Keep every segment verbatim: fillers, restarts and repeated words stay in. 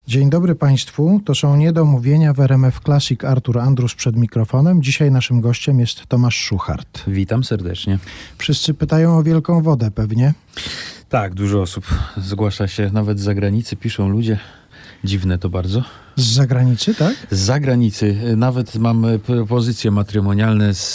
Dzień dobry Państwu, to są Niedomówienia w R M F Classic. Artur Andrus przed mikrofonem. Dzisiaj naszym gościem jest Tomasz Szuchart. Witam serdecznie. Wszyscy pytają o Wielką Wodę pewnie? Tak, dużo osób zgłasza się, nawet z zagranicy piszą ludzie. Dziwne to bardzo. Z zagranicy, tak? Z zagranicy. Nawet mam propozycje matrymonialne z,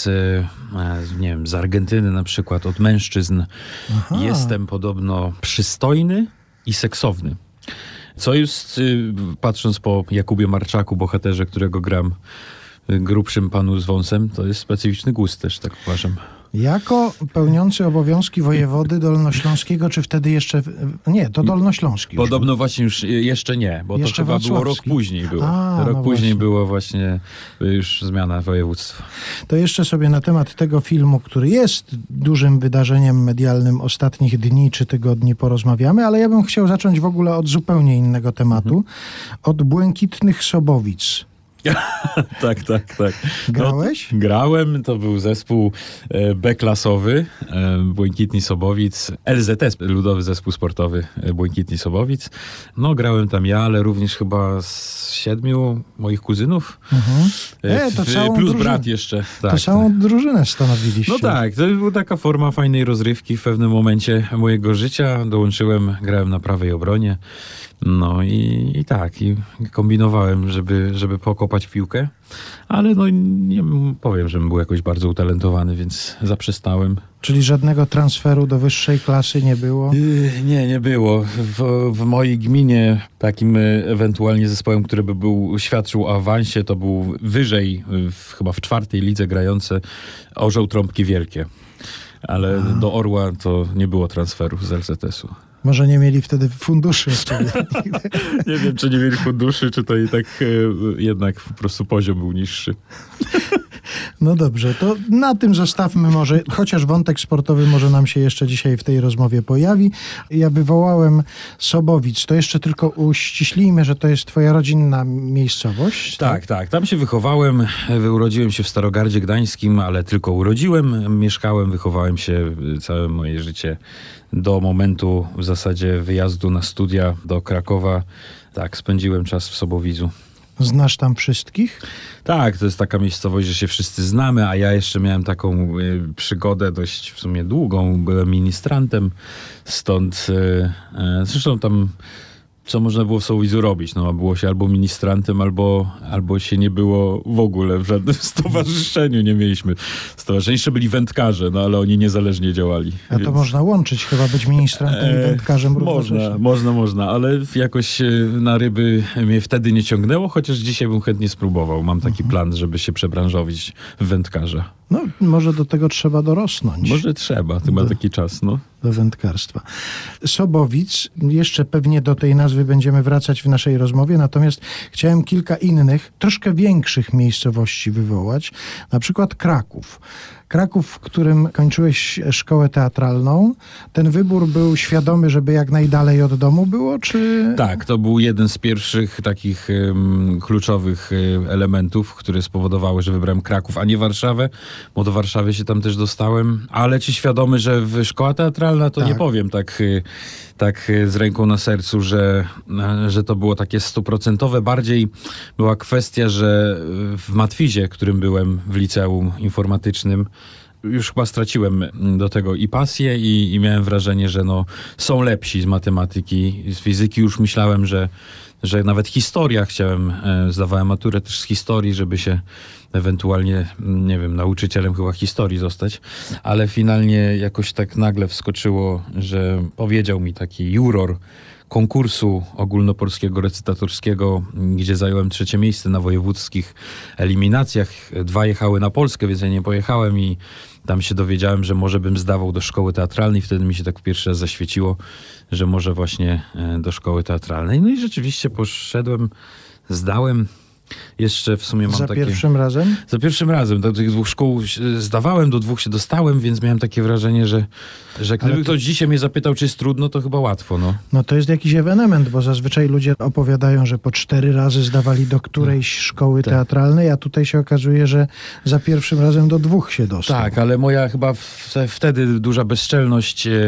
z, nie wiem, z Argentyny na przykład, od mężczyzn. Aha. Jestem podobno przystojny i seksowny. Co jest, patrząc po Jakubie Marczaku, bohaterze, którego gram, grubszym panu z wąsem, to jest specyficzny gust też, tak uważam. Jako pełniący obowiązki wojewody dolnośląskiego, czy wtedy jeszcze... Nie, to dolnośląski. Podobno już właśnie już jeszcze nie, bo jeszcze to chyba wrocławski. Było rok później. Było. A, rok no później właśnie. było właśnie już zmiana województwa. To jeszcze sobie na temat tego filmu, który jest dużym wydarzeniem medialnym ostatnich dni czy tygodni porozmawiamy, ale ja bym chciał zacząć w ogóle od zupełnie innego tematu. Mhm. Od Błękitnych Sobowic. tak, tak, tak. Grałeś? No, grałem, to był zespół e, B-klasowy, e, Błękitni Sobowic, L Z S, Ludowy Zespół Sportowy e, Błękitni Sobowic. No, grałem tam ja, ale również chyba z siedmiu moich kuzynów. Mhm. E, to w, całą plus drużynę. brat jeszcze. Tak, to całą tak. drużynę stanowiliście. No tak, to była taka forma fajnej rozrywki w pewnym momencie mojego życia. Dołączyłem, grałem na prawej obronie. No i, i tak, i kombinowałem, żeby, żeby pokopać piłkę, ale no nie powiem, żebym był jakoś bardzo utalentowany, więc zaprzestałem. Czyli żadnego transferu do wyższej klasy nie było? Yy, nie, nie było. W, w mojej gminie takim ewentualnie zespołem, który by był świadczył o awansie, to był wyżej, w, chyba w czwartej lidze grający Orzeł Trąbki Wielkie. Ale A. do Orła to nie było transferu z L Z S-u. Może nie mieli wtedy funduszy. Nie wiem, czy nie mieli funduszy, czy to i tak e, jednak po prostu poziom był niższy. No dobrze, to na tym zostawmy może, chociaż wątek sportowy może nam się jeszcze dzisiaj w tej rozmowie pojawi. Ja wywołałem Sobowic, to jeszcze tylko uściślijmy, że to jest twoja rodzinna miejscowość. Tak, tak, tak. Tam się wychowałem, urodziłem się w Starogardzie Gdańskim, ale tylko urodziłem, mieszkałem, wychowałem się całe moje życie do momentu w zasadzie wyjazdu na studia do Krakowa. Tak, spędziłem czas w Sobowidzu. Znasz tam wszystkich? Tak, to jest taka miejscowość, że się wszyscy znamy, a ja jeszcze miałem taką y, przygodę dość w sumie długą. Byłem ministrantem, stąd y, y, zresztą tam co można było w Sobowidzu robić? No, było się albo ministrantem, albo, albo się nie było w ogóle w żadnym stowarzyszeniu. Nie mieliśmy stowarzyszenia. Jeszcze byli wędkarze, no ale oni niezależnie działali. A więc... to można łączyć chyba, być ministrantem e, i wędkarzem równocześnie. Można, można, można, ale jakoś na ryby mnie wtedy nie ciągnęło, chociaż dzisiaj bym chętnie spróbował. Mam taki mhm. plan, żeby się przebranżowić w wędkarza. No, może do tego trzeba dorosnąć. Może trzeba, to ma taki czas, no. Do wędkarstwa. Sobowic, jeszcze pewnie do tej nazwy będziemy wracać w naszej rozmowie, natomiast chciałem kilka innych, troszkę większych miejscowości wywołać, na przykład Kraków. Kraków, w którym kończyłeś szkołę teatralną. Ten wybór był świadomy, żeby jak najdalej od domu było, czy... Tak, to był jeden z pierwszych takich um, kluczowych um, elementów, które spowodowały, że wybrałem Kraków, a nie Warszawę, bo do Warszawy się tam też dostałem. Ale czy świadomy, że w szkoła teatralna, to tak. nie powiem tak, tak z ręką na sercu, że, że to było takie stuprocentowe. Bardziej była kwestia, że w Matwizie, którym byłem w liceum informatycznym, już chyba straciłem do tego i pasję i, i miałem wrażenie, że no, są lepsi z matematyki, z fizyki. Już myślałem, że, że nawet historia chciałem, e, zdawałem maturę też z historii, żeby się ewentualnie, nie wiem, nauczycielem chyba historii zostać, ale finalnie jakoś tak nagle wskoczyło, że powiedział mi taki juror konkursu ogólnopolskiego recytatorskiego, gdzie zająłem trzecie miejsce na wojewódzkich eliminacjach. Dwa jechały na Polskę, więc ja nie pojechałem i tam się dowiedziałem, że może bym zdawał do szkoły teatralnej. Wtedy mi się tak pierwszy raz zaświeciło, że może właśnie do szkoły teatralnej. No i rzeczywiście poszedłem, zdałem. Jeszcze w sumie mam Za takie... Za pierwszym razem? Za pierwszym razem. Do tych dwóch szkół zdawałem, do dwóch się dostałem, więc miałem takie wrażenie, że, że gdyby to... ktoś dzisiaj mnie zapytał, czy jest trudno, to chyba łatwo. No, no to jest jakiś ewenement, bo zazwyczaj ludzie opowiadają, że po cztery razy zdawali do którejś no. szkoły tak. teatralnej, a tutaj się okazuje, że za pierwszym razem do dwóch się dostał. Tak, ale moja chyba w, wtedy duża bezczelność... E...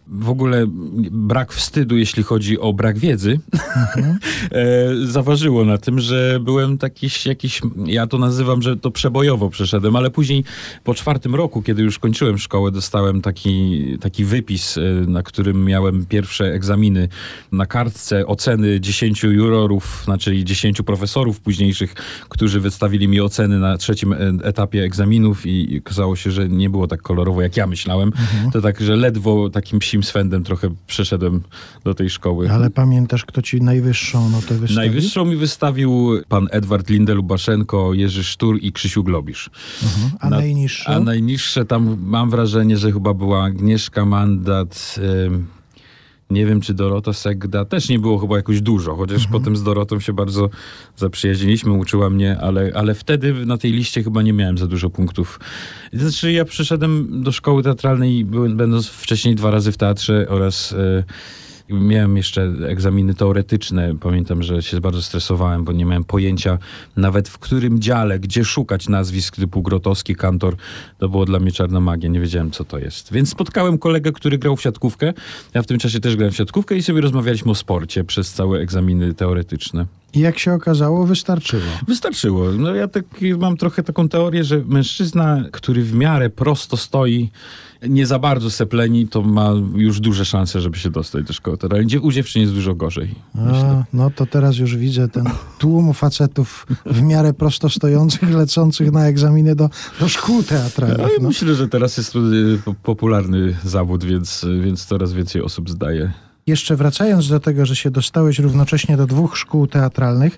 w ogóle brak wstydu, jeśli chodzi o brak wiedzy, mhm. zaważyło na tym, że byłem taki jakiś, ja to nazywam, że to przebojowo przeszedłem, ale później po czwartym roku, kiedy już kończyłem szkołę, dostałem taki, taki wypis, na którym miałem pierwsze egzaminy na kartce, oceny dziesięciu jurorów, znaczy dziesięciu profesorów późniejszych, którzy wystawili mi oceny na trzecim etapie egzaminów i okazało się, że nie było tak kolorowo, jak ja myślałem. Mhm. To tak, że ledwo takim psim swędem trochę przeszedłem do tej szkoły. Ale pamiętasz, kto ci najwyższą notę wystawił? Najwyższą mi wystawił pan Edward Linde-Lubaszenko, Jerzy Sztur i Krzysiu Globisz. Mhm. A na, najniższe? A najniższe tam mam wrażenie, że chyba była Agnieszka Mandat... Y Nie wiem, czy Dorota Segda. Też nie było chyba jakoś dużo, chociaż mhm. potem z Dorotą się bardzo zaprzyjaźniliśmy, uczyła mnie, ale, ale wtedy na tej liście chyba nie miałem za dużo punktów. Znaczy ja przyszedłem do szkoły teatralnej, byłem, będąc wcześniej dwa razy w teatrze oraz... Y Miałem jeszcze egzaminy teoretyczne. Pamiętam, że się bardzo stresowałem, bo nie miałem pojęcia nawet w którym dziale, gdzie szukać nazwisk typu Grotowski, Kantor. To było dla mnie czarna magia. Nie wiedziałem, co to jest. Więc spotkałem kolegę, który grał w siatkówkę. Ja w tym czasie też grałem w siatkówkę i sobie rozmawialiśmy o sporcie przez całe egzaminy teoretyczne. I jak się okazało, wystarczyło. Wystarczyło. No ja tak, mam trochę taką teorię, że mężczyzna, który w miarę prosto stoi, nie za bardzo sepleni, to ma już duże szanse, żeby się dostać do szkoły teatralnej. U dziewczyn jest dużo gorzej. A, no to teraz już widzę ten tłum facetów w miarę prosto stojących, lecących na egzaminy do, do szkół teatralnych. No, no. Myślę, że teraz jest popularny zawód, więc, więc coraz więcej osób zdaje. Jeszcze wracając do tego, że się dostałeś równocześnie do dwóch szkół teatralnych,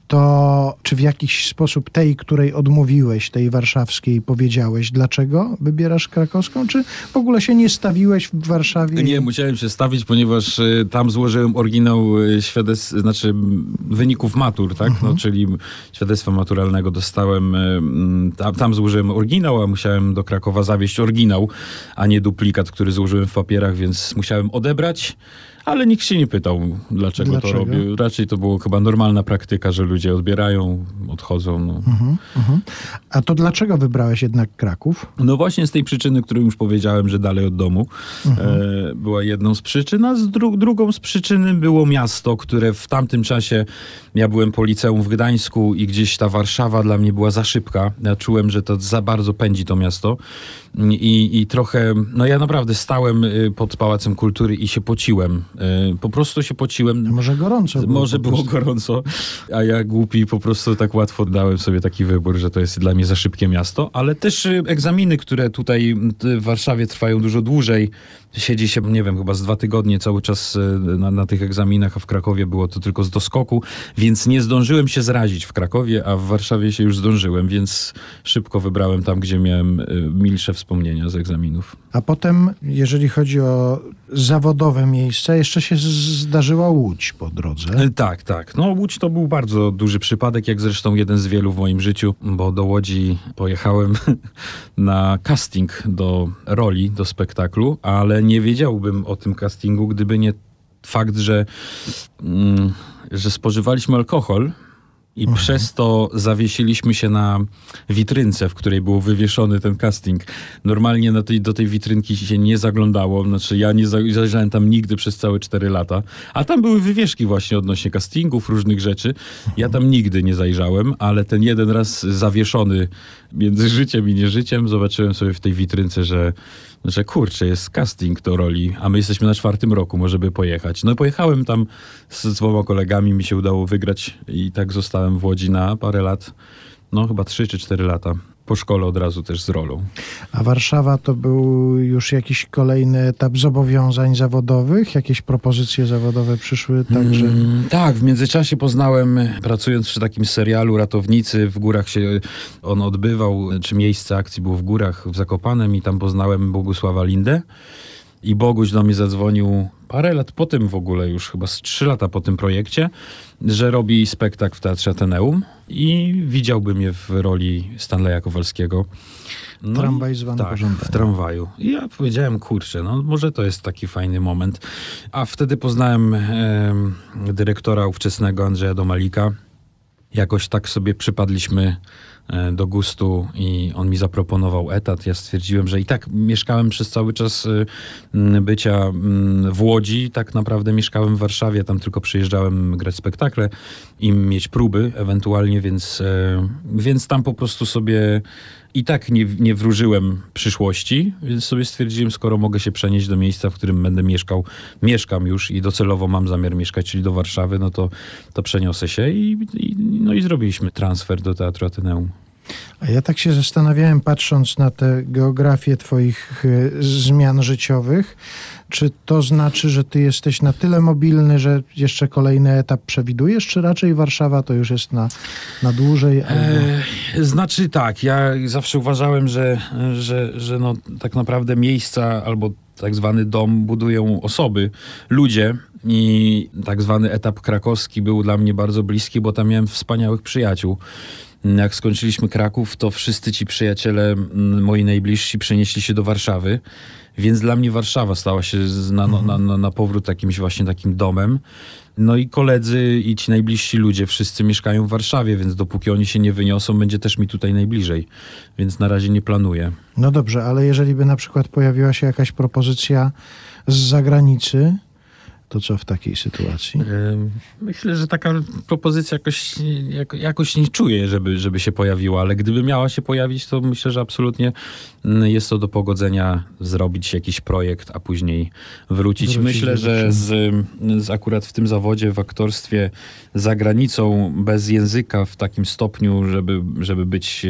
to czy w jakiś sposób tej, której odmówiłeś, tej warszawskiej, powiedziałeś, dlaczego wybierasz krakowską? Czy w ogóle się nie stawiłeś w Warszawie? Nie, musiałem się stawić, ponieważ y, tam złożyłem oryginał y, świadectw, znaczy wyników matur, tak? Mhm. No, czyli świadectwa maturalnego dostałem, y, tam, tam złożyłem oryginał, a musiałem do Krakowa zawieźć oryginał, a nie duplikat, który złożyłem w papierach, więc musiałem odebrać. Ale nikt się nie pytał, dlaczego, dlaczego? to robię. Raczej to było chyba normalna praktyka, że ludzie odbierają, odchodzą. No. Uh-huh, uh-huh. A to dlaczego wybrałeś jednak Kraków? No właśnie z tej przyczyny, którą już powiedziałem, że dalej od domu. Uh-huh. E, była jedną z przyczyn, a z dru- drugą z przyczyny było miasto, które w tamtym czasie, ja byłem po liceum w Gdańsku i gdzieś ta Warszawa dla mnie była za szybka. Ja czułem, że to za bardzo pędzi to miasto. I, i trochę, no ja naprawdę stałem pod Pałacem Kultury i się pociłem. Po prostu się pociłem. A może gorąco było? Może było gorąco, a ja głupi po prostu tak łatwo dałem sobie taki wybór, że to jest dla mnie za szybkie miasto, ale też egzaminy, które tutaj w Warszawie trwają dużo dłużej. Siedzi się, nie wiem, chyba z dwa tygodnie cały czas na, na tych egzaminach, a w Krakowie było to tylko z doskoku, więc nie zdążyłem się zrazić w Krakowie, a w Warszawie się już zdążyłem, więc szybko wybrałem tam, gdzie miałem milsze wspomnienia z egzaminów. A potem, jeżeli chodzi o zawodowe miejsca, jeszcze się zdarzyła Łódź po drodze. Tak, tak. No Łódź to był bardzo duży przypadek, jak zresztą jeden z wielu w moim życiu, bo do Łodzi pojechałem na casting do roli, do spektaklu, ale nie wiedziałbym o tym castingu, gdyby nie fakt, że, mm, że spożywaliśmy alkohol i mhm. przez to zawiesiliśmy się na witrynce, w której był wywieszony ten casting. Normalnie na tej, do tej witrynki się nie zaglądało. Znaczy ja nie zajrzałem tam nigdy przez całe cztery lata. A tam były wywieszki właśnie odnośnie castingów, różnych rzeczy. Ja tam nigdy nie zajrzałem, ale ten jeden raz zawieszony między życiem i nieżyciem zobaczyłem sobie w tej witrynce, że że kurczę, jest casting do roli, a my jesteśmy na czwartym roku, może by pojechać. No pojechałem tam z dwoma kolegami, mi się udało wygrać i tak zostałem w Łodzi na parę lat, no chyba trzy czy cztery lata. Po szkole od razu też z rolą. A Warszawa to był już jakiś kolejny etap zobowiązań zawodowych? Jakieś propozycje zawodowe przyszły także? Mm, tak, w międzyczasie poznałem, pracując przy takim serialu Ratownicy, w górach się on odbywał, czy miejsce akcji było w górach w Zakopanem i tam poznałem Bogusława Lindę. I Boguś do mnie zadzwonił parę lat po tym w ogóle, już chyba z trzy lata po tym projekcie, że robi spektakl w Teatrze Ateneum i widziałby mnie w roli Stanleya Kowalskiego. No, Tramwaj zwany tak, porządkiem. w tramwaju. I ja powiedziałem, kurczę, no może to jest taki fajny moment. A wtedy poznałem e, dyrektora ówczesnego Andrzeja Domalika. Jakoś tak sobie przypadliśmy, e, do gustu i on mi zaproponował etat. Ja stwierdziłem, że i tak mieszkałem przez cały czas e, bycia e, w Łodzi. Tak naprawdę mieszkałem w Warszawie, tam tylko przyjeżdżałem grać spektakle i mieć próby ewentualnie, więc, e, więc tam po prostu sobie i tak nie, nie wróżyłem przyszłości, więc sobie stwierdziłem, skoro mogę się przenieść do miejsca, w którym będę mieszkał, mieszkam już i docelowo mam zamiar mieszkać, czyli do Warszawy, no to, to przeniosę się i, i, no i zrobiliśmy transfer do Teatru Ateneum. A ja tak się zastanawiałem, patrząc na tę geografię twoich y, zmian życiowych, czy to znaczy, że ty jesteś na tyle mobilny, że jeszcze kolejny etap przewidujesz, czy raczej Warszawa to już jest na, na dłużej? Albo... E, znaczy tak, ja zawsze uważałem, że, że, że no, tak naprawdę miejsca albo tak zwany dom budują osoby, ludzie i tak zwany etap krakowski był dla mnie bardzo bliski, bo tam miałem wspaniałych przyjaciół. Jak skończyliśmy Kraków, to wszyscy ci przyjaciele, moi najbliżsi, przenieśli się do Warszawy, więc dla mnie Warszawa stała się na, na, na, na powrót jakimś właśnie takim domem. No i koledzy i ci najbliżsi ludzie wszyscy mieszkają w Warszawie, więc dopóki oni się nie wyniosą, będzie też mi tutaj najbliżej. Więc na razie nie planuję. No dobrze, ale jeżeli by na przykład pojawiła się jakaś propozycja z zagranicy, to co w takiej sytuacji? Myślę, że taka propozycja jakoś, jako, jakoś nie czuję, żeby, żeby się pojawiła, ale gdyby miała się pojawić, to myślę, że absolutnie jest to do pogodzenia zrobić jakiś projekt, a później wrócić. Wrócić myślę, że z, z akurat w tym zawodzie, w aktorstwie za granicą, bez języka w takim stopniu, żeby, żeby być...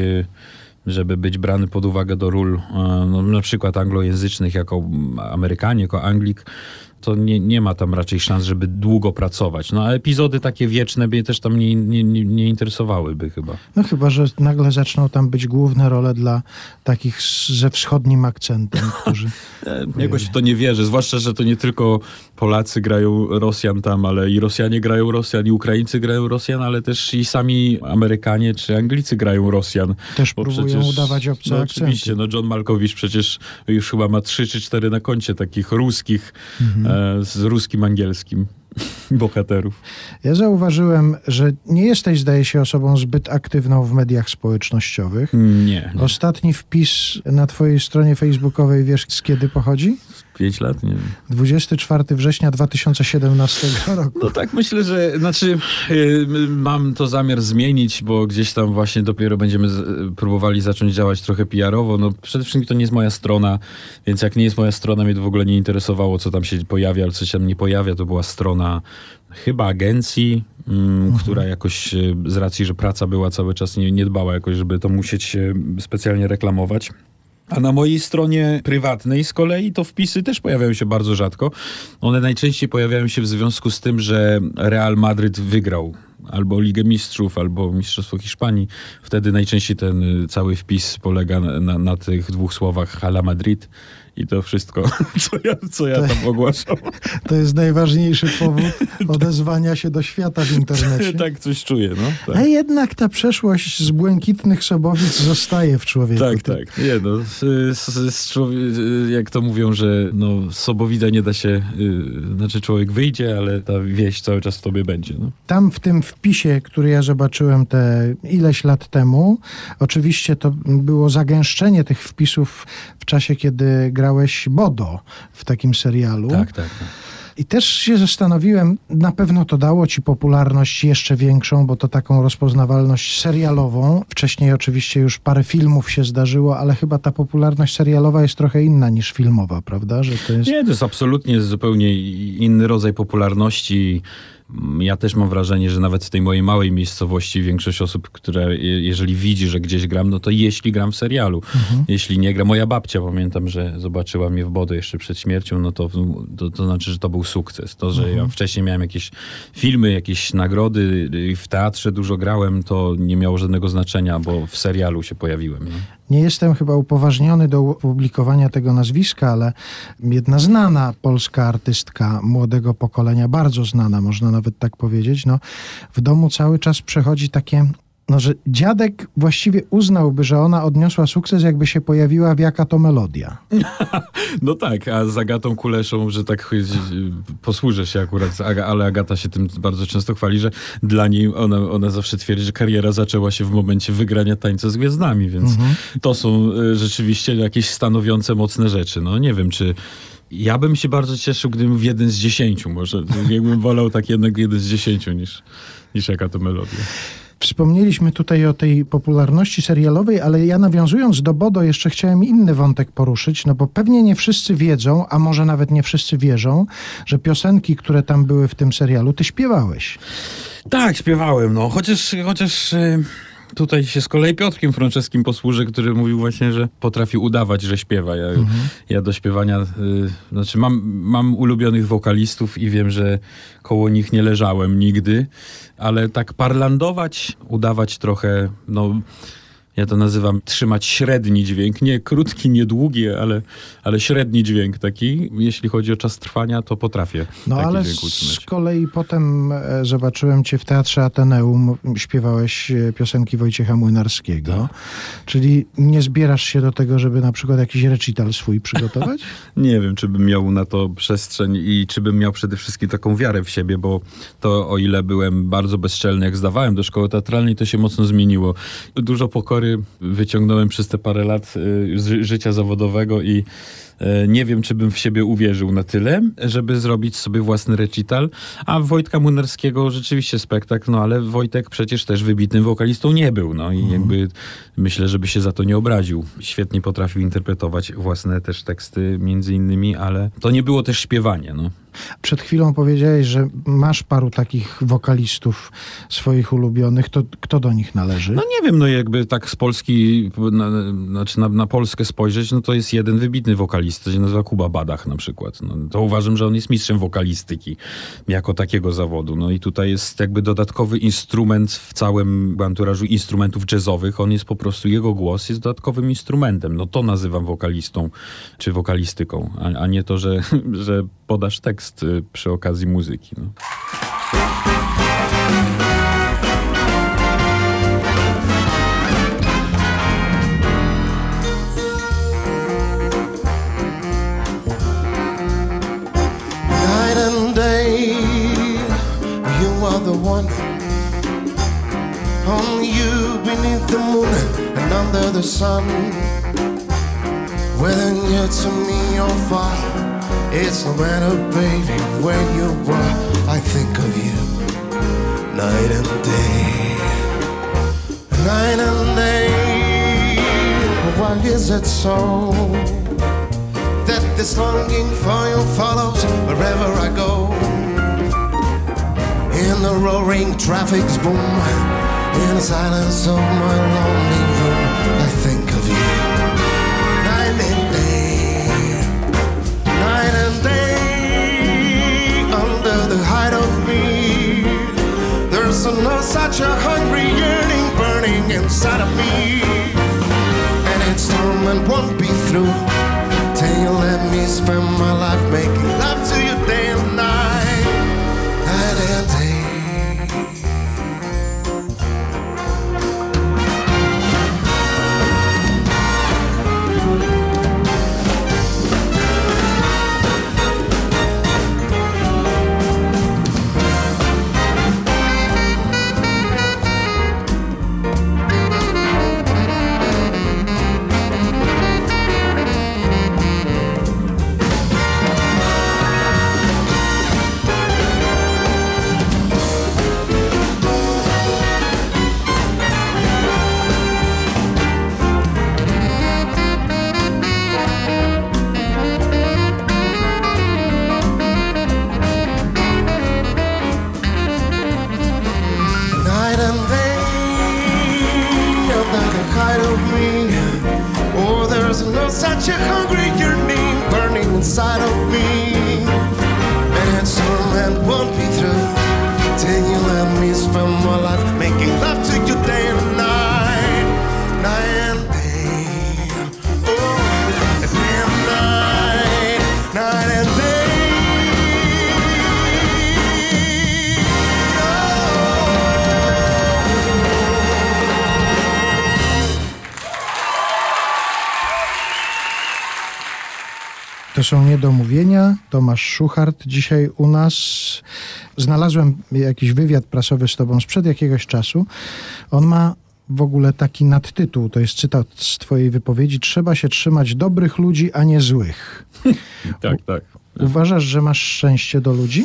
żeby być brany pod uwagę do ról no, na przykład anglojęzycznych jako Amerykanie, jako Anglik, to nie, nie ma tam raczej szans, żeby długo pracować. No a epizody takie wieczne mnie też tam nie, nie, nie, nie interesowałyby chyba. No chyba, że nagle zaczną tam być główne role dla takich z, ze wschodnim akcentem, którzy... Jakoś w to nie wierzę, zwłaszcza, że to nie tylko Polacy grają Rosjan tam, ale i Rosjanie grają Rosjan, i Ukraińcy grają Rosjan, ale też i sami Amerykanie czy Anglicy grają Rosjan. Też próbują przecież udawać obce no, akcenty. Oczywiście, no John Malkowicz przecież już chyba ma trzy czy cztery na koncie takich ruskich, mhm. e, z ruskim angielskim bohaterów. Ja zauważyłem, że nie jesteś, zdaje się, osobą zbyt aktywną w mediach społecznościowych. Nie. nie. Ostatni wpis na twojej stronie facebookowej, wiesz z kiedy pochodzi? Pięć lat, nie wiem. dwudziestego czwartego września dwa tysiące siedemnastego roku. No tak, myślę, że znaczy yy, mam to zamiar zmienić, bo gdzieś tam właśnie dopiero będziemy z, próbowali zacząć działać trochę P R owo. No przede wszystkim to nie jest moja strona, więc jak nie jest moja strona, mnie to w ogóle nie interesowało, co tam się pojawia, ale co się tam nie pojawia, to była strona chyba agencji, mm, mhm. która jakoś z racji, że praca była cały czas, nie, nie dbała jakoś, żeby to musieć specjalnie reklamować. A na mojej stronie prywatnej z kolei to wpisy też pojawiają się bardzo rzadko. One najczęściej pojawiają się w związku z tym, że Real Madryt wygrał albo Ligę Mistrzów, albo Mistrzostwo Hiszpanii. Wtedy najczęściej ten cały wpis polega na, na, na tych dwóch słowach Hala Madrid i to wszystko, co ja, co ja tam ogłaszam. To jest najważniejszy powód odezwania się do świata w internecie. Tak coś czuję, no. Tak. A jednak ta przeszłość z błękitnych Sobowic zostaje w człowieku. Tak, tak. Nie no, z, z, z człowiek, jak to mówią, że no, Sobowida nie da się, yy, znaczy człowiek wyjdzie, ale ta wieś cały czas w tobie będzie. No. Tam w tym wpisie, który ja zobaczyłem te ileś lat temu, oczywiście to było zagęszczenie tych wpisów w czasie, kiedy grałeś Bodo w takim serialu. Tak, tak, tak. I też się zastanowiłem, na pewno to dało ci popularność jeszcze większą, bo to taką rozpoznawalność serialową. Wcześniej oczywiście już parę filmów się zdarzyło, ale chyba ta popularność serialowa jest trochę inna niż filmowa, prawda? Że to jest... Nie, to jest absolutnie zupełnie inny rodzaj popularności. Ja też mam wrażenie, że nawet w tej mojej małej miejscowości większość osób, które jeżeli widzi, że gdzieś gram, no to jeśli gram w serialu. Mhm. Jeśli nie gram, moja babcia, pamiętam, że zobaczyła mnie w Bodo jeszcze przed śmiercią, no to, to, to znaczy, że to był sukces. To, że mhm. ja wcześniej miałem jakieś filmy, jakieś nagrody, w teatrze dużo grałem, to nie miało żadnego znaczenia, bo w serialu się pojawiłem. No. Nie jestem chyba upoważniony do opublikowania tego nazwiska, ale jedna znana polska artystka młodego pokolenia, bardzo znana, można nawet tak powiedzieć, no, w domu cały czas przechodzi takie no, że dziadek właściwie uznałby, że ona odniosła sukces, jakby się pojawiła w Jaka to melodia. No tak, a z Agatą Kuleszą, że tak posłużę się akurat, ale Agata się tym bardzo często chwali, że dla niej ona, ona zawsze twierdzi, że kariera zaczęła się w momencie wygrania Tańca z Gwiazdami, więc mhm. to są rzeczywiście jakieś stanowiące mocne rzeczy. No nie wiem, czy ja bym się bardzo cieszył, gdybym w jeden z dziesięciu, może jakbym wolał tak jednak jeden z dziesięciu niż, niż Jaka to melodia. Wspomnieliśmy tutaj o tej popularności serialowej, ale ja nawiązując do Bodo jeszcze chciałem inny wątek poruszyć, no bo pewnie nie wszyscy wiedzą, a może nawet nie wszyscy wierzą, że piosenki, które tam były w tym serialu, ty śpiewałeś. Tak, śpiewałem, no. Chociaż, chociaż tutaj się z kolei Piotrkiem Franczewskim posłużę, który mówił właśnie, że potrafi udawać, że śpiewa. Ja, mhm. ja do śpiewania, y, znaczy mam, mam ulubionych wokalistów i wiem, że koło nich nie leżałem nigdy, ale tak parlandować, udawać trochę, no ja to nazywam trzymać średni dźwięk, nie krótki, nie długi, ale, ale średni dźwięk taki. Jeśli chodzi o czas trwania, to potrafię no, taki ale dźwięk utrzymać. Z kolei potem e, zobaczyłem cię w Teatrze Ateneum, śpiewałeś piosenki Wojciecha Młynarskiego, tak. Czyli nie zbierasz się do tego, żeby na przykład jakiś recital swój przygotować? Nie wiem, czy bym miał na to przestrzeń i czy bym miał przede wszystkim taką wiarę w siebie, bo to o ile byłem bardzo bezczelny, jak zdawałem do szkoły teatralnej, to się mocno zmieniło. Dużo pokory wyciągnąłem przez te parę lat y, życia zawodowego i y, nie wiem, czy bym w siebie uwierzył na tyle, żeby zrobić sobie własny recital. A Wojtka Młynarskiego rzeczywiście spektakl, no ale Wojtek przecież też wybitnym wokalistą nie był. No i mhm. jakby myślę, żeby się za to nie obraził. Świetnie potrafił interpretować własne też teksty między innymi, ale to nie było też śpiewanie, no. Przed chwilą powiedziałeś, że masz paru takich wokalistów swoich ulubionych. To kto do nich należy? No nie wiem, no jakby tak z Polski, na, znaczy na, na Polskę spojrzeć, no to jest jeden wybitny wokalista, to się nazywa Kuba Badach na przykład. No, to uważam, że on jest mistrzem wokalistyki jako takiego zawodu. No i tutaj jest jakby dodatkowy instrument w całym anturażu instrumentów jazzowych. On jest po prostu, jego głos jest dodatkowym instrumentem. No to nazywam wokalistą czy wokalistyką, a, a nie to, że, że podasz tekst przy okazji muzyki. No. Night and day, you are the one. On you beneath the moon and under the sun. Whether near to me or far, it's no matter, baby, where you are, I think of you night and day, night and day. Why is it so that this longing for you follows wherever I go? In the roaring traffic's boom, in the silence of my lonely room, I think of you night and day. There's no such a hungry yearning burning inside of me, and its torment won't be through till you let me spend my life making love to you day and night, night and day. Such a hungry yearning burning inside of me, and its torment won't be through till you let me spend my life making love to you day and night, night and day, oh, day and night, night and day. Oh. To są Niedomówienia. Tomasz Szuchart dzisiaj u nas. Znalazłem jakiś wywiad prasowy z tobą sprzed jakiegoś czasu. On ma w ogóle taki nadtytuł, to jest cytat z twojej wypowiedzi: trzeba się trzymać dobrych ludzi, a nie złych. Tak, tak. Uważasz, że masz szczęście do ludzi?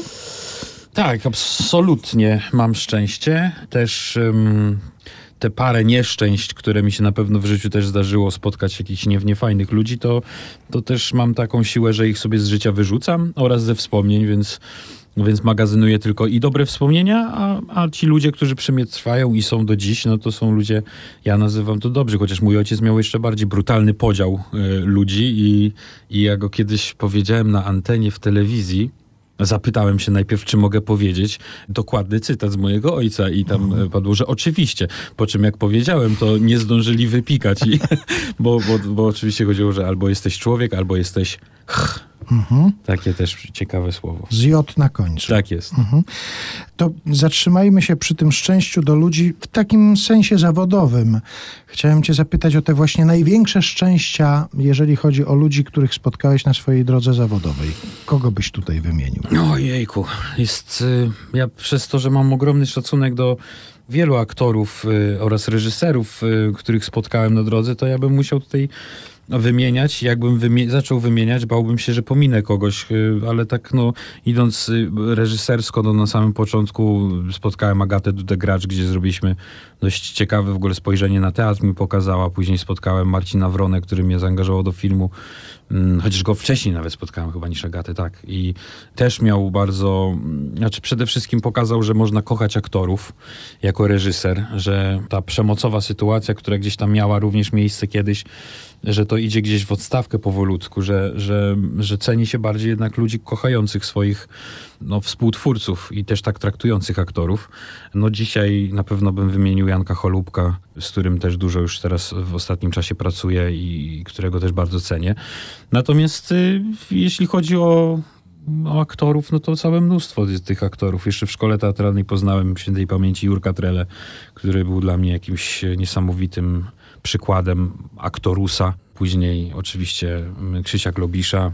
Tak, absolutnie mam szczęście. Też um, te parę nieszczęść, które mi się na pewno w życiu też zdarzyło, spotkać jakichś nie, niefajnych ludzi, to, to też mam taką siłę, że ich sobie z życia wyrzucam oraz ze wspomnień, więc, więc magazynuję tylko i dobre wspomnienia, a, a ci ludzie, którzy przy mnie trwają i są do dziś, no to są ludzie, ja nazywam to dobrzy, chociaż mój ojciec miał jeszcze bardziej brutalny podział y, ludzi i, i ja go kiedyś powiedziałem na antenie w telewizji. Zapytałem się najpierw, czy mogę powiedzieć dokładny cytat z mojego ojca i tam mhm. padło, że oczywiście. Po czym jak powiedziałem, to nie zdążyli wypikać, i, bo, bo, bo oczywiście chodziło, że albo jesteś człowiek, albo jesteś ch. Mhm. Takie też ciekawe słowo. Z J na końcu. Tak jest. Mhm. To zatrzymajmy się przy tym szczęściu do ludzi w takim sensie zawodowym. Chciałem cię zapytać o te właśnie największe szczęścia, jeżeli chodzi o ludzi, których spotkałeś na swojej drodze zawodowej. Kogo byś tutaj wymienił? Ojejku, jest... Y, ja przez to, że mam ogromny szacunek do wielu aktorów y, oraz reżyserów, y, których spotkałem na drodze, to ja bym musiał tutaj wymieniać. Jakbym wymie- zaczął wymieniać, bałbym się, że pominę kogoś, yy, ale tak no, idąc yy, reżysersko, no, na samym początku spotkałem Agatę Dudę-Gracz, gdzie zrobiliśmy dość ciekawe w ogóle spojrzenie na teatr, mi pokazała. Później spotkałem Marcina Wronę, który mnie zaangażował do filmu. Yy, chociaż go wcześniej nawet spotkałem chyba niż Agatę, tak. I też miał bardzo, znaczy przede wszystkim pokazał, że można kochać aktorów jako reżyser, że ta przemocowa sytuacja, która gdzieś tam miała również miejsce kiedyś, że to idzie gdzieś w odstawkę powolutku, że, że, że ceni się bardziej jednak ludzi kochających swoich no, współtwórców i też tak traktujących aktorów. No dzisiaj na pewno bym wymienił Janka Cholubka, z którym też dużo już teraz w ostatnim czasie pracuję i którego też bardzo cenię. Natomiast y, jeśli chodzi o O aktorów, no to całe mnóstwo tych aktorów. Jeszcze w szkole teatralnej poznałem świętej pamięci Jurka Trele, który był dla mnie jakimś niesamowitym przykładem aktorusa. Później oczywiście Krzysia Globisza.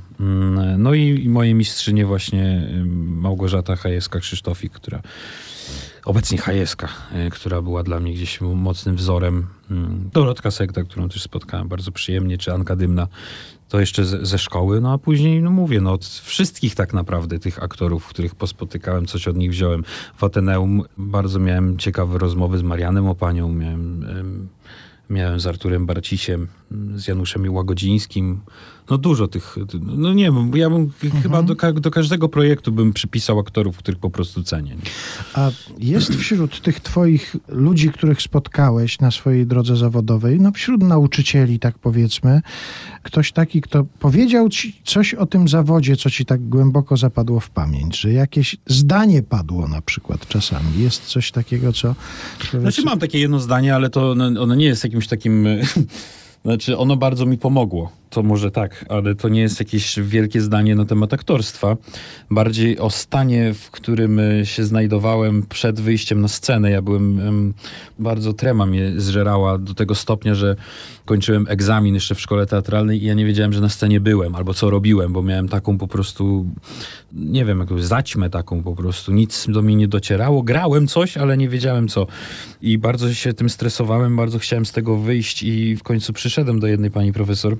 No i, i moje mistrzynie właśnie Małgorzata Hajewska-Krzysztofik, która obecnie Hajewska, która była dla mnie gdzieś mocnym wzorem. Dorotka Segda, którą też spotkałem bardzo przyjemnie, czy Anka Dymna. To jeszcze ze, ze szkoły, no a później, no mówię, no od wszystkich tak naprawdę tych aktorów, których pospotykałem, coś od nich wziąłem. W Ateneum bardzo miałem ciekawe rozmowy z Marianem Opanią, miałem, miałem z Arturem Barcisiem, z Januszem Łagodzińskim. No dużo tych, no nie wiem, ja bym mhm. chyba do, do każdego projektu bym przypisał aktorów, których po prostu cenię. Nie? A jest wśród tych twoich ludzi, których spotkałeś na swojej drodze zawodowej, no wśród nauczycieli, tak powiedzmy, ktoś taki, kto powiedział ci coś o tym zawodzie, co ci tak głęboko zapadło w pamięć, że jakieś zdanie padło na przykład czasami. Jest coś takiego, co... Znaczy mam takie jedno zdanie, ale to ono, ono nie jest jakimś takim... Znaczy, ono bardzo mi pomogło. To może tak, ale to nie jest jakieś wielkie zdanie na temat aktorstwa. Bardziej o stanie, w którym się znajdowałem przed wyjściem na scenę. Ja byłem, um, bardzo trema mnie zżerała do tego stopnia, że kończyłem egzamin jeszcze w szkole teatralnej i ja nie wiedziałem, że na scenie byłem albo co robiłem, bo miałem taką po prostu, nie wiem, jakąś zaćmę taką po prostu. Nic do mnie nie docierało. Grałem coś, ale nie wiedziałem co. I bardzo się tym stresowałem, bardzo chciałem z tego wyjść i w końcu przyszedłem do jednej pani profesor.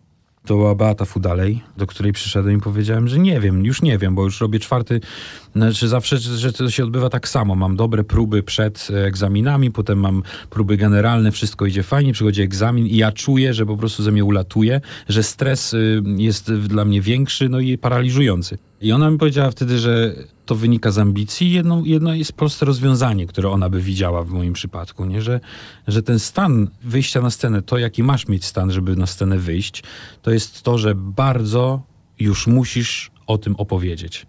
To była Beata Fudalej, do której przyszedłem i powiedziałem, że nie wiem, już nie wiem, bo już robię czwarty, znaczy zawsze, że to się odbywa tak samo. Mam dobre próby przed egzaminami, potem mam próby generalne, wszystko idzie fajnie, przychodzi egzamin i ja czuję, że po prostu ze mnie ulatuje, że stres jest dla mnie większy, no i paraliżujący. I ona mi powiedziała wtedy, że to wynika z ambicji. Jedno, jedno jest proste rozwiązanie, które ona by widziała w moim przypadku, nie? Że, że ten stan wyjścia na scenę, to jaki masz mieć stan, żeby na scenę wyjść, to jest to, że bardzo już musisz o tym opowiedzieć.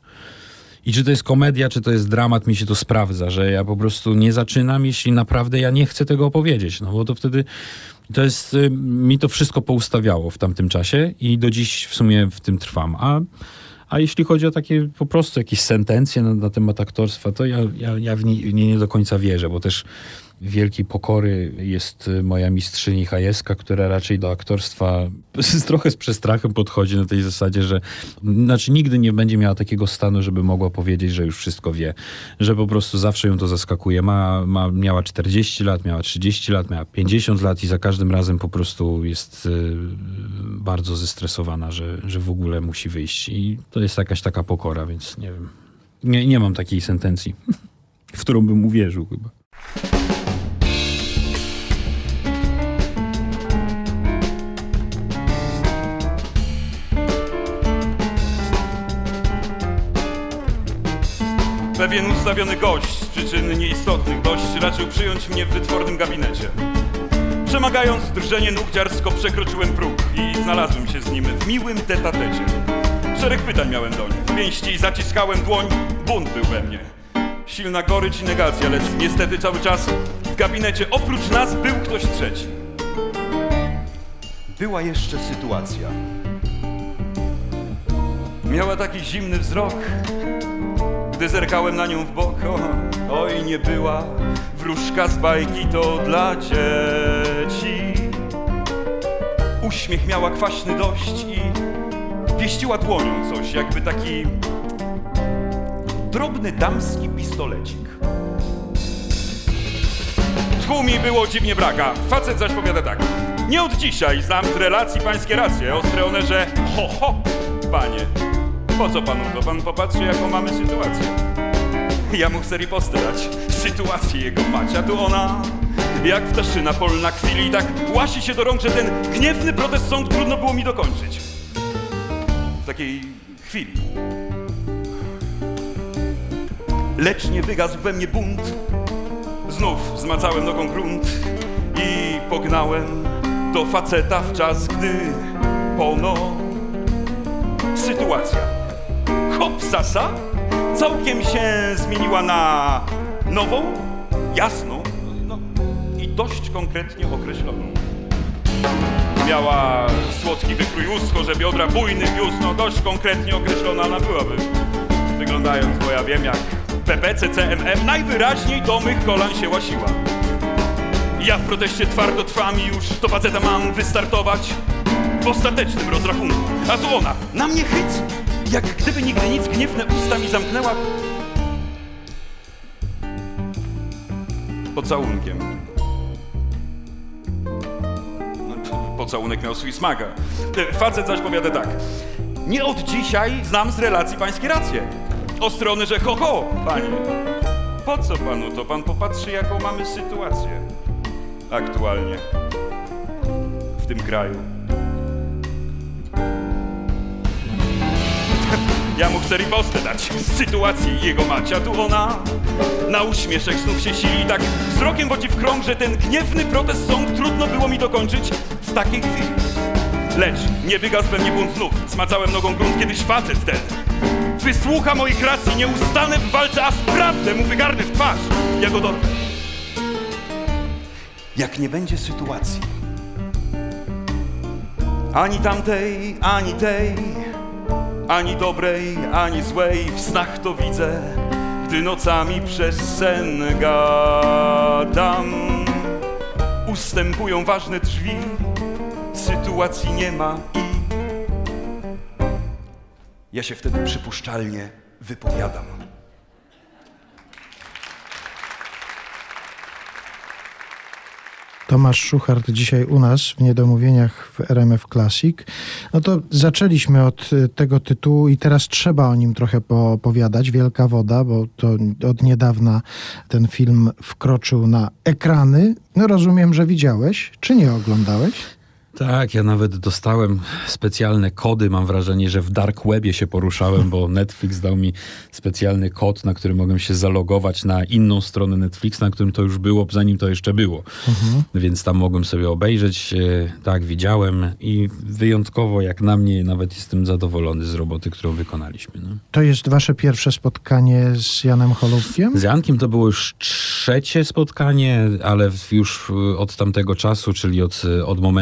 I czy to jest komedia, czy to jest dramat, mi się to sprawdza, że ja po prostu nie zaczynam, jeśli naprawdę ja nie chcę tego opowiedzieć. No bo to wtedy, to jest, mi to wszystko poustawiało w tamtym czasie i do dziś w sumie w tym trwam. A A A jeśli chodzi o takie po prostu jakieś sentencje na, na temat aktorstwa, to ja, ja, ja w nie, nie, nie do końca wierzę, bo też wielkiej pokory jest moja mistrzyni Hajeska, która raczej do aktorstwa z, trochę z przestrachem podchodzi na tej zasadzie, że znaczy nigdy nie będzie miała takiego stanu, żeby mogła powiedzieć, że już wszystko wie. Że po prostu zawsze ją to zaskakuje. Ma, ma, miała czterdzieści lat, miała trzydzieści lat, miała pięćdziesiąt lat i za każdym razem po prostu jest y, bardzo zestresowana, że, że w ogóle musi wyjść. I to jest jakaś taka pokora, więc nie wiem. Nie, nie mam takiej sentencji, w którą bym uwierzył chyba. Pewien ustawiony gość z przyczyn nieistotnych dość raczył przyjąć mnie w wytwornym gabinecie. Przemagając drżenie nóg dziarsko przekroczyłem próg i znalazłem się z nim w miłym tete-a-tecie. Szereg pytań miałem doń, w pięści zaciskałem dłoń, bunt był we mnie. Silna gorycz i negacja, lecz niestety cały czas w gabinecie oprócz nas był ktoś trzeci. Była jeszcze sytuacja. Miała taki zimny wzrok, gdy zerkałem na nią w bok. O, oj, nie była wróżka z bajki, to dla dzieci. Uśmiech miała kwaśny dość i pieściła dłonią coś, jakby taki drobny damski pistolecik. Tchu mi było dziwnie braka, facet zaś powiada tak: nie od dzisiaj znam z relacji pańskie racje, ostre one, że ho, ho, panie. Po co panu to? Pan popatrzy, jaką mamy sytuację. Ja mu chcę ripostę dać, sytuację jego macia, tu ona jak ptaszyna polna kwili, tak łasi się do rąk, że ten gniewny protest sąd trudno było mi dokończyć. W takiej chwili. Lecz nie wygasł we mnie bunt. Znów zmacałem nogą grunt i pognałem do faceta w czas, gdy pono sytuacja hop sasa całkiem się zmieniła na nową, jasną, no, i dość konkretnie określoną. Miała słodki wykrój ust, chorze biodra, bujny biust, no dość konkretnie określona ona byłaby. Wyglądając, bo ja wiem jak P P C C M M najwyraźniej do mych kolan się łasiła. Ja w proteście twardo trwam i już to faceta mam wystartować w ostatecznym rozrachunku. A tu ona, na mnie chyc, jak gdyby nigdy nic, gniewne usta mi zamknęła pocałunkiem. No, pocałunek miał swój smak. Facet zaś powiada tak: nie od dzisiaj znam z relacji pańskie racje. O stronę, że ho, ho, panie. Po co panu to? Pan popatrzy, jaką mamy sytuację aktualnie w tym kraju. Ja mu chcę ripostę dać z sytuacji jego macia, tu ona na uśmieszek znów się sili, tak wzrokiem wodzi w krąg, że ten gniewny protest sąd trudno było mi dokończyć w takiej chwili. Lecz nie wygasł we mnie bunt znów, smacałem nogą grunt, kiedyś facet ten wysłucha moich racji, nie ustanę w walce, a sprawdę mu wygarnę w twarz, ja go dorwę. Jak nie będzie sytuacji ani tamtej, ani tej, ani dobrej, ani złej, w snach to widzę, gdy nocami przez sen gadam. Ustępują ważne drzwi, sytuacji nie ma i ja się wtedy przypuszczalnie wypowiadam. Tomasz Szuchart dzisiaj u nas w Niedomówieniach w R M F Classic. No to zaczęliśmy od tego tytułu i teraz trzeba o nim trochę poopowiadać. Wielka woda, bo to od niedawna ten film wkroczył na ekrany. No rozumiem, że widziałeś, czy nie oglądałeś? Tak, ja nawet dostałem specjalne kody. Mam wrażenie, że w dark webie się poruszałem, bo Netflix dał mi specjalny kod, na który mogłem się zalogować na inną stronę Netflixa, na którym to już było, zanim to jeszcze było. Mhm. Więc tam mogłem sobie obejrzeć. Tak, widziałem i wyjątkowo, jak na mnie, nawet jestem zadowolony z roboty, którą wykonaliśmy. No. To jest wasze pierwsze spotkanie z Janem Holubkiem? Z Jankiem to było już trzecie spotkanie, ale już od tamtego czasu, czyli od, od momentu kręcenia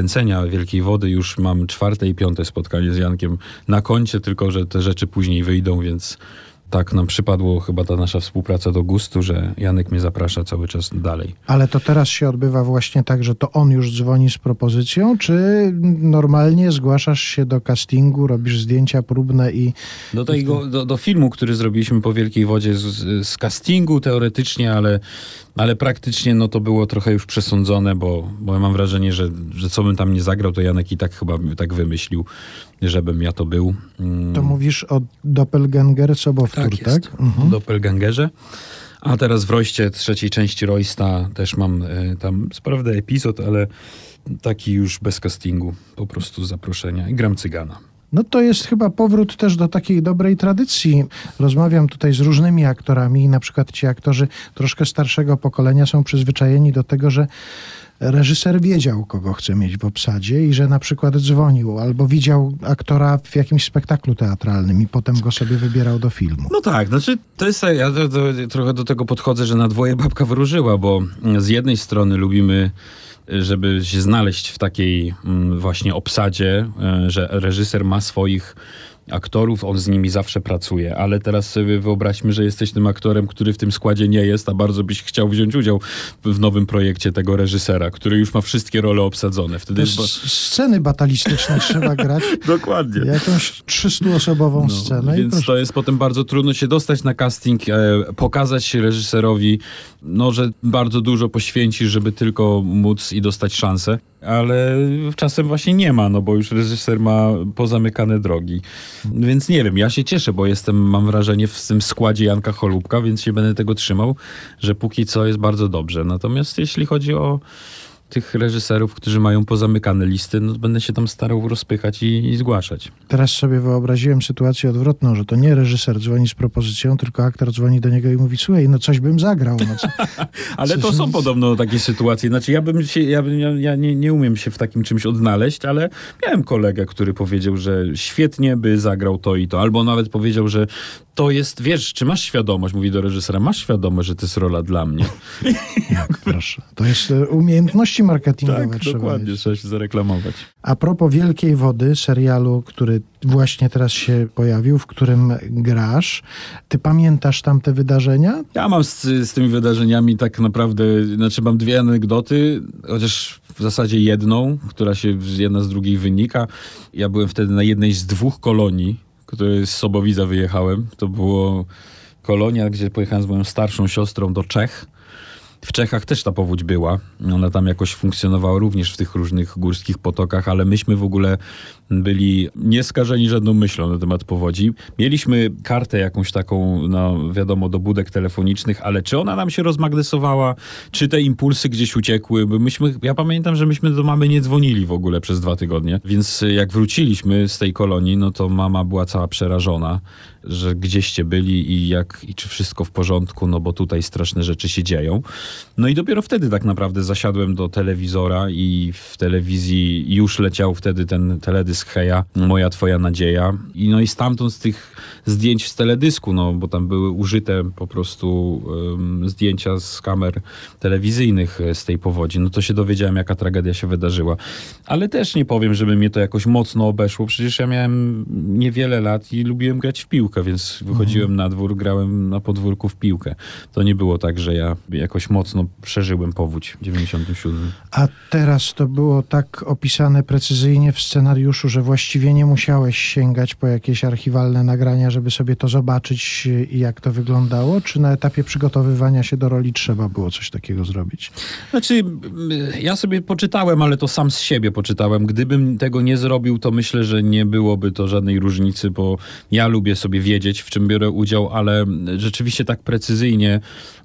kręcenia Wielkiej Wody już mam czwarte i piąte spotkanie z Jankiem na koncie, tylko że te rzeczy później wyjdą, więc tak nam przypadło chyba ta nasza współpraca do gustu, że Janek mnie zaprasza cały czas dalej. Ale to teraz się odbywa właśnie tak, że to on już dzwoni z propozycją, czy normalnie zgłaszasz się do castingu, robisz zdjęcia próbne i... Do, tego, do, do filmu, który zrobiliśmy po Wielkiej Wodzie z, z castingu teoretycznie, ale, ale praktycznie no to było trochę już przesądzone, bo, bo ja mam wrażenie, że, że co bym tam nie zagrał, to Janek i tak chyba tak wymyślił, żebym ja to był. Mm. To mówisz o Doppelganger Sobowtór, tak? Tak, tak? mhm. w Doppelgangerze. A teraz w Royście trzeciej części Roysta też mam y, tam sprawdę epizod, ale taki już bez castingu, po prostu zaproszenia i gram cygana. No to jest chyba powrót też do takiej dobrej tradycji. Rozmawiam tutaj z różnymi aktorami i na przykład ci aktorzy troszkę starszego pokolenia są przyzwyczajeni do tego, że reżyser wiedział, kogo chce mieć w obsadzie i że na przykład dzwonił albo widział aktora w jakimś spektaklu teatralnym i potem go sobie wybierał do filmu. No tak, znaczy to jest, ja do, do, trochę do tego podchodzę, że na dwoje babka wróżyła, bo z jednej strony lubimy, żeby się znaleźć w takiej właśnie obsadzie, że reżyser ma swoich aktorów, on z nimi zawsze pracuje, ale teraz sobie wyobraźmy, że jesteś tym aktorem, który w tym składzie nie jest, a bardzo byś chciał wziąć udział w nowym projekcie tego reżysera, który już ma wszystkie role obsadzone. Wtedy Też bo... sceny batalistyczne trzeba grać. Dokładnie. Jakąś trzystuosobową No, scenę. więc i proszę. to jest potem bardzo trudno się dostać na casting, e, pokazać reżyserowi, no, że bardzo dużo poświęcisz, żeby tylko móc i dostać szansę, ale czasem właśnie nie ma, no bo już reżyser ma pozamykane drogi. Więc nie wiem, ja się cieszę, bo jestem, mam wrażenie, w tym składzie Janka Cholubka, więc się będę tego trzymał, że póki co jest bardzo dobrze. Natomiast jeśli chodzi o tych reżyserów, którzy mają pozamykane listy, no to będę się tam starał rozpychać i, i zgłaszać. Teraz sobie wyobraziłem sytuację odwrotną, że to nie reżyser dzwoni z propozycją, tylko aktor dzwoni do niego i mówi: słuchaj, no coś bym zagrał. No co, Ale to coś są nic. podobno takie sytuacje. Znaczy ja bym się, ja, bym, ja, ja nie, nie umiem się w takim czymś odnaleźć, ale miałem kolegę, który powiedział, że świetnie by zagrał to i to. Albo nawet powiedział, że to jest, wiesz, czy masz świadomość, mówi do reżysera, masz świadomość, że to jest rola dla mnie. Tak, proszę. To jest e, umiejętności marketingowe. Tak, trzeba dokładnie, mieć. trzeba się zareklamować. A propos Wielkiej Wody, serialu, który właśnie teraz się pojawił, w którym grasz, ty pamiętasz tamte wydarzenia? Ja mam z, z tymi wydarzeniami tak naprawdę, znaczy mam dwie anegdoty, chociaż w zasadzie jedną, która się jedna z drugiej wynika. Ja byłem wtedy na jednej z dwóch kolonii, które z Sobowidza wyjechałem. To było kolonia, gdzie pojechałem z moją starszą siostrą do Czech. W Czechach też ta powódź była. Ona tam jakoś funkcjonowała również w tych różnych górskich potokach, ale myśmy w ogóle byli nieskażeni żadną myślą na temat powodzi. Mieliśmy kartę jakąś taką, no wiadomo, do budek telefonicznych, ale czy ona nam się rozmagnesowała, czy te impulsy gdzieś uciekły, bo myśmy, ja pamiętam, że myśmy do mamy nie dzwonili w ogóle przez dwa tygodnie, więc jak wróciliśmy z tej kolonii, no to mama była cała przerażona, że gdzieście byli i jak, i czy wszystko w porządku, no bo tutaj straszne rzeczy się dzieją. No i dopiero wtedy tak naprawdę zasiadłem do telewizora i w telewizji już leciał wtedy ten teledysk Heja, Moja Twoja Nadzieja. I no i stamtąd z tych zdjęć z teledysku, no bo tam były użyte po prostu um, zdjęcia z kamer telewizyjnych z tej powodzi. No to się dowiedziałem, jaka tragedia się wydarzyła. Ale też nie powiem, żeby mnie to jakoś mocno obeszło. Przecież ja miałem niewiele lat i lubiłem grać w piłkę, więc wychodziłem na dwór, grałem na podwórku w piłkę. To nie było tak, że ja jakoś mocno przeżyłem powódź w dziewięćdziesiątym siódmym. A teraz to było tak opisane precyzyjnie w scenariuszu, że właściwie nie musiałeś sięgać po jakieś archiwalne nagrania, żeby sobie to zobaczyć i jak to wyglądało? Czy na etapie przygotowywania się do roli trzeba było coś takiego zrobić? Znaczy, ja sobie poczytałem, ale to sam z siebie poczytałem. Gdybym tego nie zrobił, to myślę, że nie byłoby to żadnej różnicy, bo ja lubię sobie wiedzieć, w czym biorę udział, ale rzeczywiście tak precyzyjnie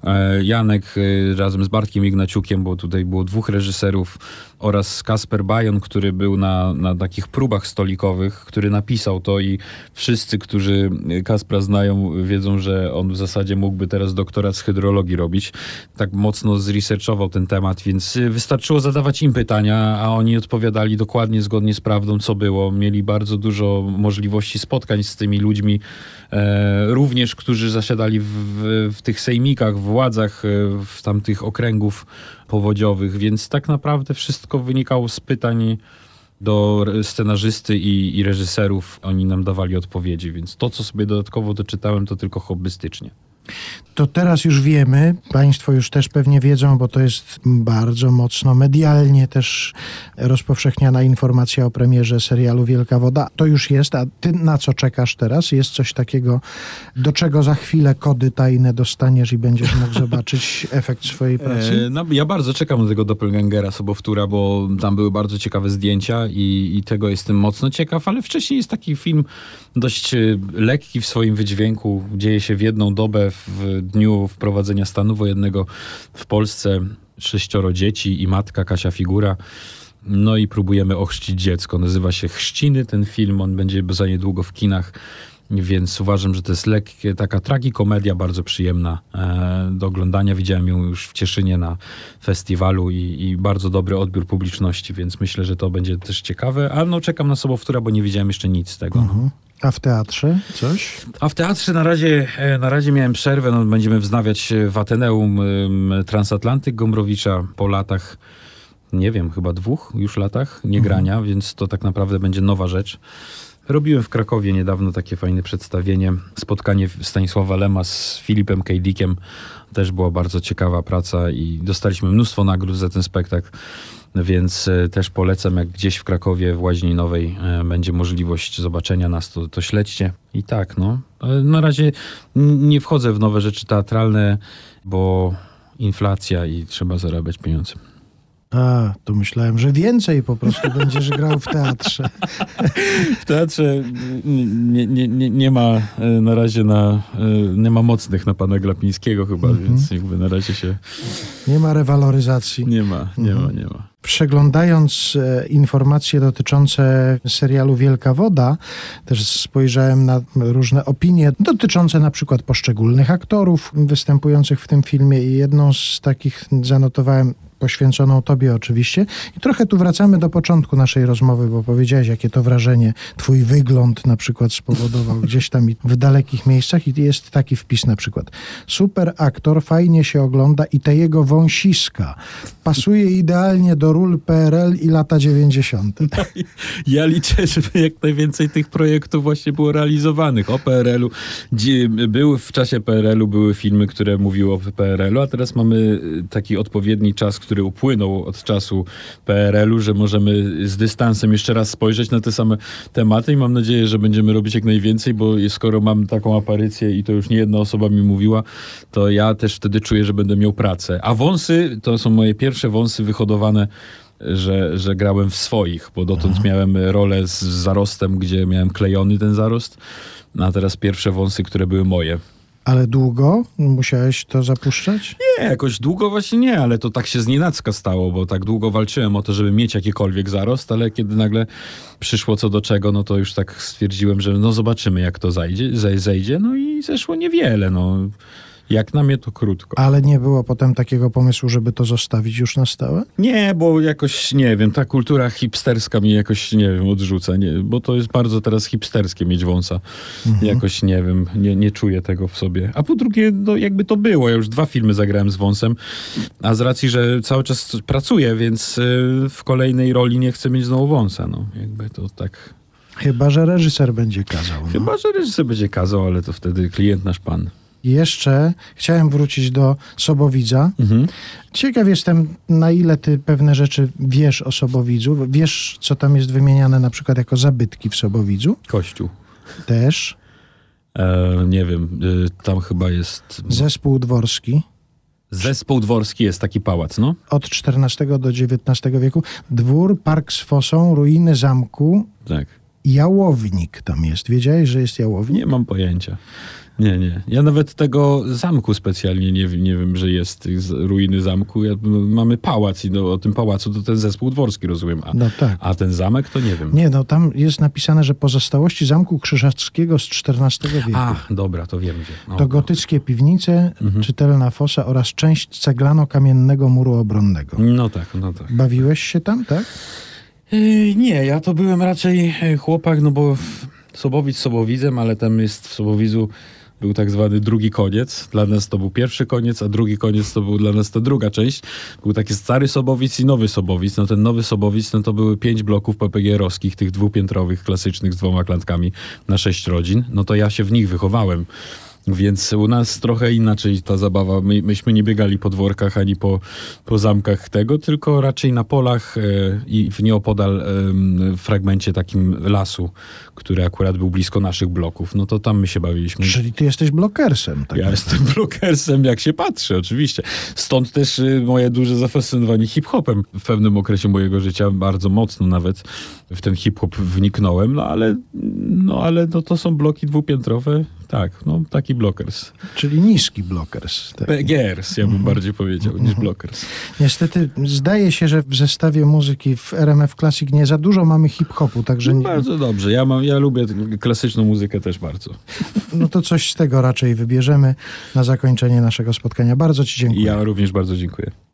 Janek razem z Bartkiem Ignaciukiem, bo tutaj było dwóch reżyserów, oraz Kasper Bajon, który był na, na takich próbach stolikowych, który napisał to i wszyscy, którzy Kaspra znają, wiedzą, że on w zasadzie mógłby teraz doktorat z hydrologii robić. Tak mocno zresearchował ten temat, więc wystarczyło zadawać im pytania, a oni odpowiadali dokładnie, zgodnie z prawdą, co było. Mieli bardzo dużo możliwości spotkań z tymi ludźmi, e, również, którzy zasiadali w, w, w tych sejmikach, w władzach, w, tam tamtych okręgów powodziowych, więc tak naprawdę wszystko wynikało z pytań do scenarzysty i, i reżyserów. Oni nam dawali odpowiedzi, więc to, co sobie dodatkowo doczytałem, to tylko hobbystycznie. To teraz już wiemy, państwo już też pewnie wiedzą, bo to jest bardzo mocno medialnie też rozpowszechniana informacja o premierze serialu Wielka Woda. To już jest, a ty na co czekasz teraz? Jest coś takiego, do czego za chwilę kody tajne dostaniesz i będziesz mógł zobaczyć efekt swojej pracy? E, no, ja bardzo czekam na tego doppelgangera Sobowtóra, bo tam były bardzo ciekawe zdjęcia i, i tego jestem mocno ciekaw, ale wcześniej jest taki film dość lekki w swoim wydźwięku. Dzieje się w jedną dobę w dniu wprowadzenia stanu wojennego w Polsce. Sześcioro dzieci i matka Kasia Figura. No i próbujemy ochrzcić dziecko. Nazywa się Chrzciny ten film. On będzie za niedługo w kinach. Więc uważam, że to jest lekkie, taka tragikomedia, bardzo przyjemna e, do oglądania. Widziałem ją już w Cieszynie na festiwalu i, i bardzo dobry odbiór publiczności, więc myślę, że to będzie też ciekawe. A no czekam na Sobowtóra, bo nie widziałem jeszcze nic z tego. Mhm. A w teatrze coś? A w teatrze na razie, na razie miałem przerwę. No, będziemy wznawiać w Ateneum Transatlantyk Gombrowicza po latach, nie wiem, chyba dwóch już latach niegrania, mhm. więc to tak naprawdę będzie nowa rzecz. Robiłem w Krakowie niedawno takie fajne przedstawienie. Spotkanie Stanisława Lema z Filipem K. Dickiem. Też była bardzo ciekawa praca i dostaliśmy mnóstwo nagród za ten spektakl. Więc też polecam, jak gdzieś w Krakowie w Łaźni Nowej będzie możliwość zobaczenia nas, to, to śledźcie. I tak, no. Na razie nie wchodzę w nowe rzeczy teatralne, bo inflacja i trzeba zarabiać pieniądze. A, to myślałem, że więcej po prostu będziesz grał w teatrze. W teatrze nie, nie, nie, nie ma na razie na, nie ma mocnych na pana Glapińskiego chyba, mm-hmm. więc jakby na razie się... Nie ma rewaloryzacji. Nie ma, nie mm-hmm. ma, nie ma. Przeglądając e, informacje dotyczące serialu Wielka Woda, też spojrzałem na różne opinie dotyczące na przykład poszczególnych aktorów występujących w tym filmie i jedną z takich zanotowałem, poświęconą tobie oczywiście. I trochę tu wracamy do początku naszej rozmowy, bo powiedziałeś, jakie to wrażenie twój wygląd na przykład spowodował gdzieś tam w dalekich miejscach i jest taki wpis na przykład. Super aktor, fajnie się ogląda i te jego wąsiska. Pasuje idealnie do ról P R L i lata dziewięćdziesiąte. Ja liczę, żeby jak najwięcej tych projektów właśnie było realizowanych o P R L-u. Były w czasie P R L-u były filmy, które mówiły o P R L-u, a teraz mamy taki odpowiedni czas, który upłynął od czasu P R L-u, że możemy z dystansem jeszcze raz spojrzeć na te same tematy i mam nadzieję, że będziemy robić jak najwięcej, bo skoro mam taką aparycję i to już nie jedna osoba mi mówiła, to ja też wtedy czuję, że będę miał pracę. A wąsy to są moje pierwsze wąsy wyhodowane, że, że grałem w swoich, bo dotąd Aha. miałem rolę z zarostem, gdzie miałem klejony ten zarost, a teraz pierwsze wąsy, które były moje. Ale długo musiałeś to zapuszczać? Nie, jakoś długo właśnie nie, ale to tak się znienacka stało, bo tak długo walczyłem o to, żeby mieć jakikolwiek zarost, ale kiedy nagle przyszło co do czego, no to już tak stwierdziłem, że no zobaczymy jak to zajdzie, zejdzie, no i zeszło niewiele, no. Jak na mnie to krótko. Ale nie było potem takiego pomysłu, żeby to zostawić już na stałe? Nie, bo jakoś, nie wiem, ta kultura hipsterska mi jakoś, nie wiem, odrzuca, nie, bo to jest bardzo teraz hipsterskie mieć wąsa. Mhm. Jakoś, nie wiem, nie, nie czuję tego w sobie. A po drugie, no jakby to było, ja już dwa filmy zagrałem z wąsem, a z racji, że cały czas pracuję, więc w kolejnej roli nie chcę mieć znowu wąsa, no jakby to tak... Chyba, że reżyser będzie kazał. No. Chyba, że reżyser będzie kazał, ale to wtedy klient nasz pan. Jeszcze chciałem wrócić do Sobowidza. Mhm. Ciekaw jestem, na ile ty pewne rzeczy wiesz o Sobowidzu. Wiesz, co tam jest wymieniane na przykład jako zabytki w Sobowidzu? Kościół. Też. E, nie wiem, y, tam chyba jest... Zespół dworski. Zespół dworski jest taki pałac, no. Od czternastego do dziewiętnastego wieku. Dwór, park z fosą, ruiny zamku. Tak. Jałownik tam jest. Wiedziałeś, że jest jałownik? Nie mam pojęcia. Nie, nie. Ja nawet tego zamku specjalnie nie, nie wiem, że jest ruiny zamku. Ja, mamy pałac i do, o tym pałacu to ten zespół dworski, rozumiem. A, no tak. a ten zamek to nie wiem. Nie, no tam jest napisane, że pozostałości zamku krzyżackiego z czternastego wieku. A, dobra, to wiem gdzie. No, to gotyckie piwnice, mhm. czytelna fosa oraz część ceglano-kamiennego muru obronnego. No tak, no tak. Bawiłeś się tam, tak? Yy, nie, ja to byłem raczej chłopak, no bo Sobowidz Sobowidzem, ale tam jest w Sobowidzu był tak zwany drugi koniec. Dla nas to był pierwszy koniec, a drugi koniec to był dla nas ta druga część. Był taki stary Sobowic i nowy Sobowic. No ten nowy Sobowic, no to były pięć bloków P P G R-owskich, tych dwupiętrowych, klasycznych z dwoma klatkami na sześć rodzin. No to ja się w nich wychowałem. Więc u nas trochę inaczej ta zabawa. My, myśmy nie biegali po dworkach ani po, po zamkach tego, tylko raczej na polach e, i w nieopodal e, fragmencie takim lasu, który akurat był blisko naszych bloków. No to tam my się bawiliśmy. Czyli ty jesteś blokersem. Tak Ja jestem blokersem, jak się patrzy, oczywiście. Stąd też y, moje duże zafascynowanie hip-hopem. W pewnym okresie mojego życia, bardzo mocno nawet, w ten hip-hop wniknąłem, no ale, no, ale no, to są bloki dwupiętrowe. Tak, no taki blokers. Czyli niski blokers. Tak. P G Rs, ja bym bardziej powiedział, niż blokers. Niestety zdaje się, że w zestawie muzyki w R M F Classic nie za dużo mamy hip-hopu, także No, nie, bardzo dobrze. Ja, mam, ja lubię klasyczną muzykę też bardzo. no to coś z tego raczej wybierzemy na zakończenie naszego spotkania. Bardzo ci dziękuję. I ja również bardzo dziękuję.